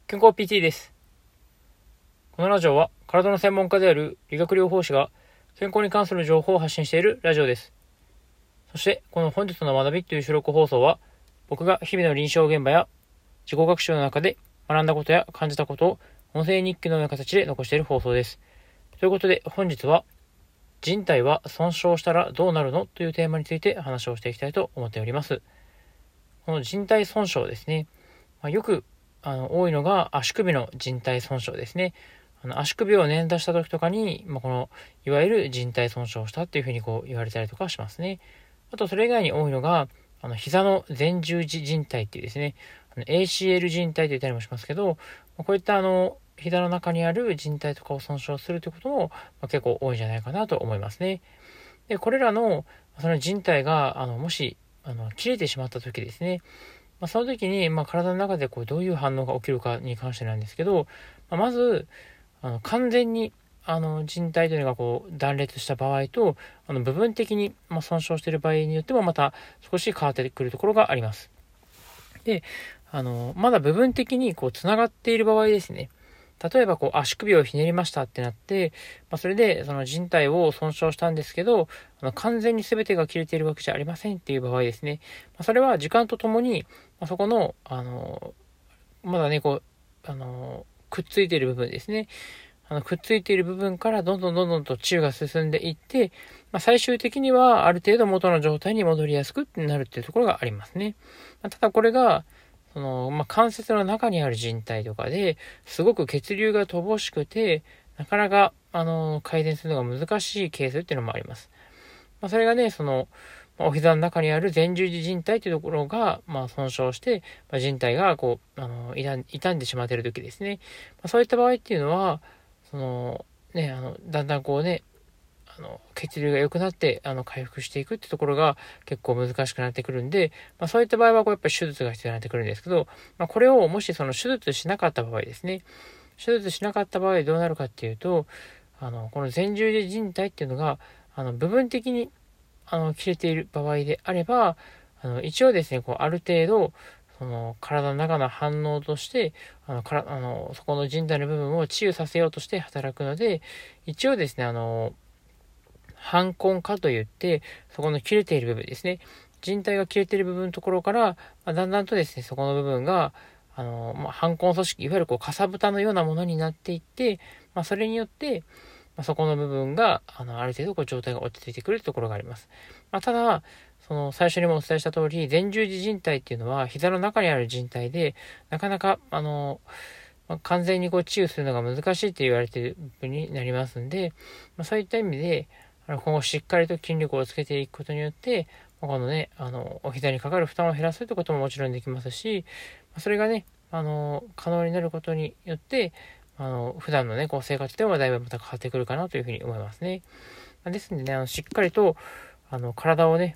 健康 PT です。このラジオは体の専門家である理学療法士が健康に関する情報を発信しているラジオです。そしてこの本日の学びという収録放送は、僕が日々の臨床現場や自己学習の中で学んだことや感じたことを音声日記のような形で残している放送です。ということで本日は、人体は損傷したらどうなるのというテーマについて話をしていきたいと思っております。この人体損傷ですね。よく多いのが足首の靭帯損傷ですね。足首を捻挫した時とかに、このいわゆる靭帯損傷をしたっていうふうに言われたりとかしますね。あとそれ以外に多いのが膝の前十字靭帯っていうですね、ACL 靭帯と言ったりもしますけど、こういった膝の中にある靭帯とかを損傷するということも、結構多いんじゃないかなと思いますね。でこれらのその靭帯がもし切れてしまった時ですね、その時に、体の中でどういう反応が起きるかに関してなんですけど、まず完全に靭帯というのが断裂した場合と、部分的に損傷している場合によってもまた少し変わってくるところがあります。で、まだ部分的につながっている場合ですね。例えば足首をひねりましたってなって、それでその靭帯を損傷したんですけど、完全に全てが切れているわけじゃありませんっていう場合ですね。それは時間とともに、そこのまだねくっついている部分ですね。くっついている部分からどんどんと治癒が進んでいって、最終的にはある程度元の状態に戻りやすくなるっていうところがありますね。ただこれが関節の中にある靭帯とかですごく血流が乏しくて、なかなか改善するのが難しいケースっていうのもあります。それがね、お膝の中にある前十字靭帯というところが、損傷して、靭帯が傷んでしまっている時ですね。そういった場合っていうのは、だんだん血流が良くなって回復していくってところが結構難しくなってくるんで、そういった場合はやっぱり手術が必要になってくるんですけど、これをもしその手術しなかった場合ですね、手術しなかった場合どうなるかっていうと、この前十字靭帯っていうのが部分的に切れている場合であれば、一応ですね、ある程度その体の中の反応としてそこの靭帯の部分を治癒させようとして働くので、一応ですね反根化といって、そこの切れている部分ですね、靭帯が切れている部分のところから、だんだんとですねそこの部分が反根組織、いわゆるかさぶたのようなものになっていって、それによってそこの部分がある程度状態が落ち着いてくるところがあります。ただ最初にもお伝えした通り、前十字靭帯っていうのは膝の中にある靭帯で、なかなか完全に治癒するのが難しいって言われている部分になりますんで、そういった意味で今後しっかりと筋力をつけていくことによって、このねお膝にかかる負担を減らすということももちろんできますし、それがね可能になることによって普段のね生活でもだいぶまた変わってくるかなというふうに思いますね。ですのでね、しっかりと体をね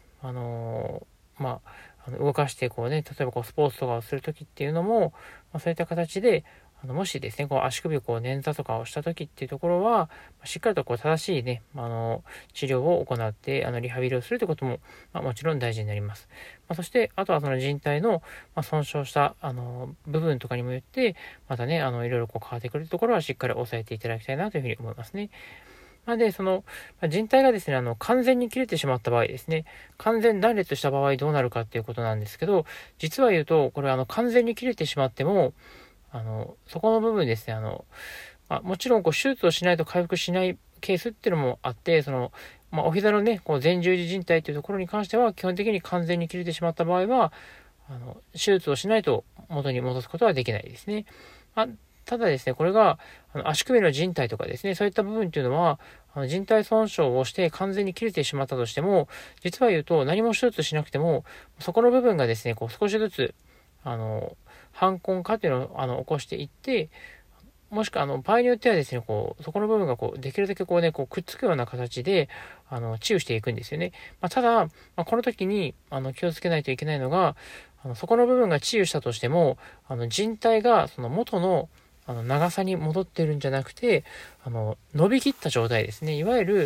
動かして例えばスポーツとかをするときっていうのも、そういった形でもしですね足首を捻挫とかをしたときっていうところは、しっかりと正しいね治療を行ってリハビリをするということも、もちろん大事になります。そしてあとはその靭帯の、損傷した部分とかにもよってまたねいろいろ変わってくるところはしっかり押さえていただきたいなというふうに思いますね。で、靭帯がですね、完全に切れてしまった場合ですね、完全断裂した場合どうなるかっていうことなんですけど、実は言うと、これ完全に切れてしまっても、そこの部分ですね、もちろん手術をしないと回復しないケースっていうのもあって、お膝のね、前十字靭帯っていうところに関しては、基本的に完全に切れてしまった場合は、手術をしないと元に戻すことはできないですね。ただですね、これが足首の靭帯とかですね、そういった部分っていうのは靭帯損傷をして完全に切れてしまったとしても、実は言うと何も手術しなくてもそこの部分がですね少しずつ反根化っていうのを起こしていって、もしくは場合によってはですねそこの部分ができるだけくっつくような形で治癒していくんですよね。ただ、この時に気をつけないといけないのが、そこの部分が治癒したとしても靭帯がその元の長さに戻ってるんじゃなくて伸びきった状態ですね。いわゆる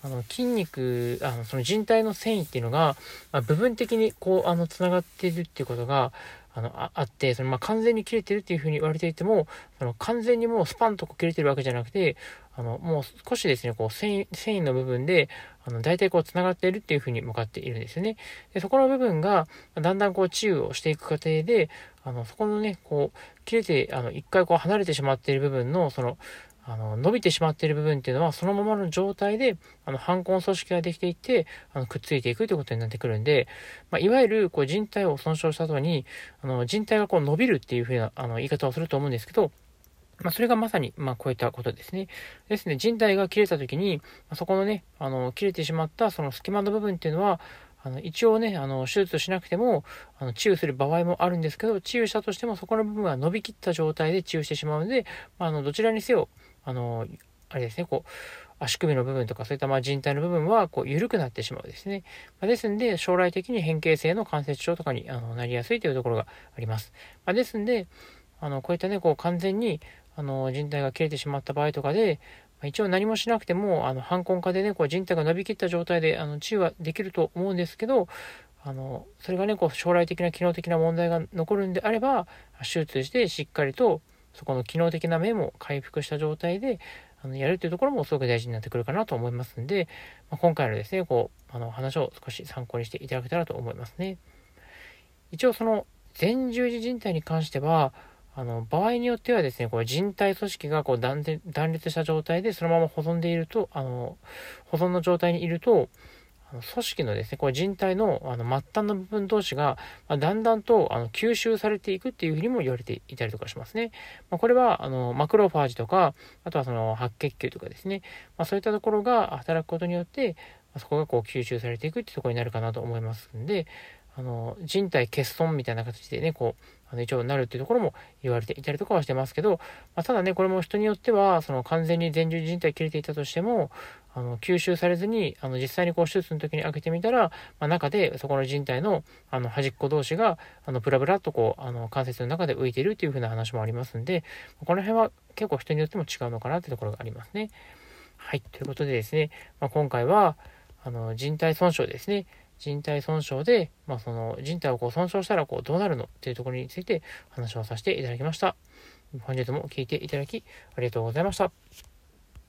筋肉、その人体の繊維っていうのが、部分的につながっているっていうことが、あって、完全に切れてるっていうふうに言われていても、完全にもうスパンと切れてるわけじゃなくて、もう少しですね、繊維の部分で、大体繋がっているっていうふうに向かっているんですよね。で、そこの部分が、だんだん治癒をしていく過程で、そこのね、切れて、一回離れてしまっている部分の、伸びてしまっている部分っていうのは、そのままの状態で、反根組織ができていって、くっついていくということになってくるんで、いわゆる、人体を損傷した後に、人体が伸びるっていうふうな、言い方をすると思うんですけど、それがまさに、こういったことですね。ですね、人体が切れた時に、そこのね、切れてしまったその隙間の部分っていうのは、一応ね、手術しなくても、治癒する場合もあるんですけど、治癒したとしても、そこの部分が伸びきった状態で治癒してしまうので、どちらにせよ、あれですね、足首の部分とか、そういった人体の部分は、緩くなってしまうですね。ですんで、将来的に変形性の関節症とかになりやすいというところがあります。ですんで、こういったね、完全に、人体が切れてしまった場合とかで、一応何もしなくても、反根化でね、人体が伸びきった状態で、治癒はできると思うんですけど、それがね、将来的な機能的な問題が残るんであれば、手術してしっかりと、そこの機能的な面も回復した状態で、やるというところもすごく大事になってくるかなと思いますんで、今回のですね、話を少し参考にしていただけたらと思いますね。一応前十字靭帯に関しては、場合によってはですね、人体組織が断裂した状態でそのまま保存でいると、保存の状態にいると、組織のですね、人体の末端の部分同士が、だんだんと吸収されていくっていうふうにも言われていたりとかしますね。これはマクロファージとか、あとは白血球とかですね、そういったところが働くことによって、そこが吸収されていくっていうところになるかなと思いますんで、人体欠損みたいな形でね、一応なるっていうところも言われていたりとかはしてますけど、ただね、これも人によっては、完全に前十字靭帯切れていたとしても、吸収されずに、実際に手術の時に開けてみたら、中でそこの人体の、端っこ同士が、ブラブラっと関節の中で浮いているっていう風な話もありますんで、この辺は結構人によっても違うのかなっていうところがありますね。はい、ということでですね、今回は、人体損傷ですね。人体損傷で、その人体を損傷したらどうなるのっていうところについて話をさせていただきました。本日も聞いていただきありがとうございました。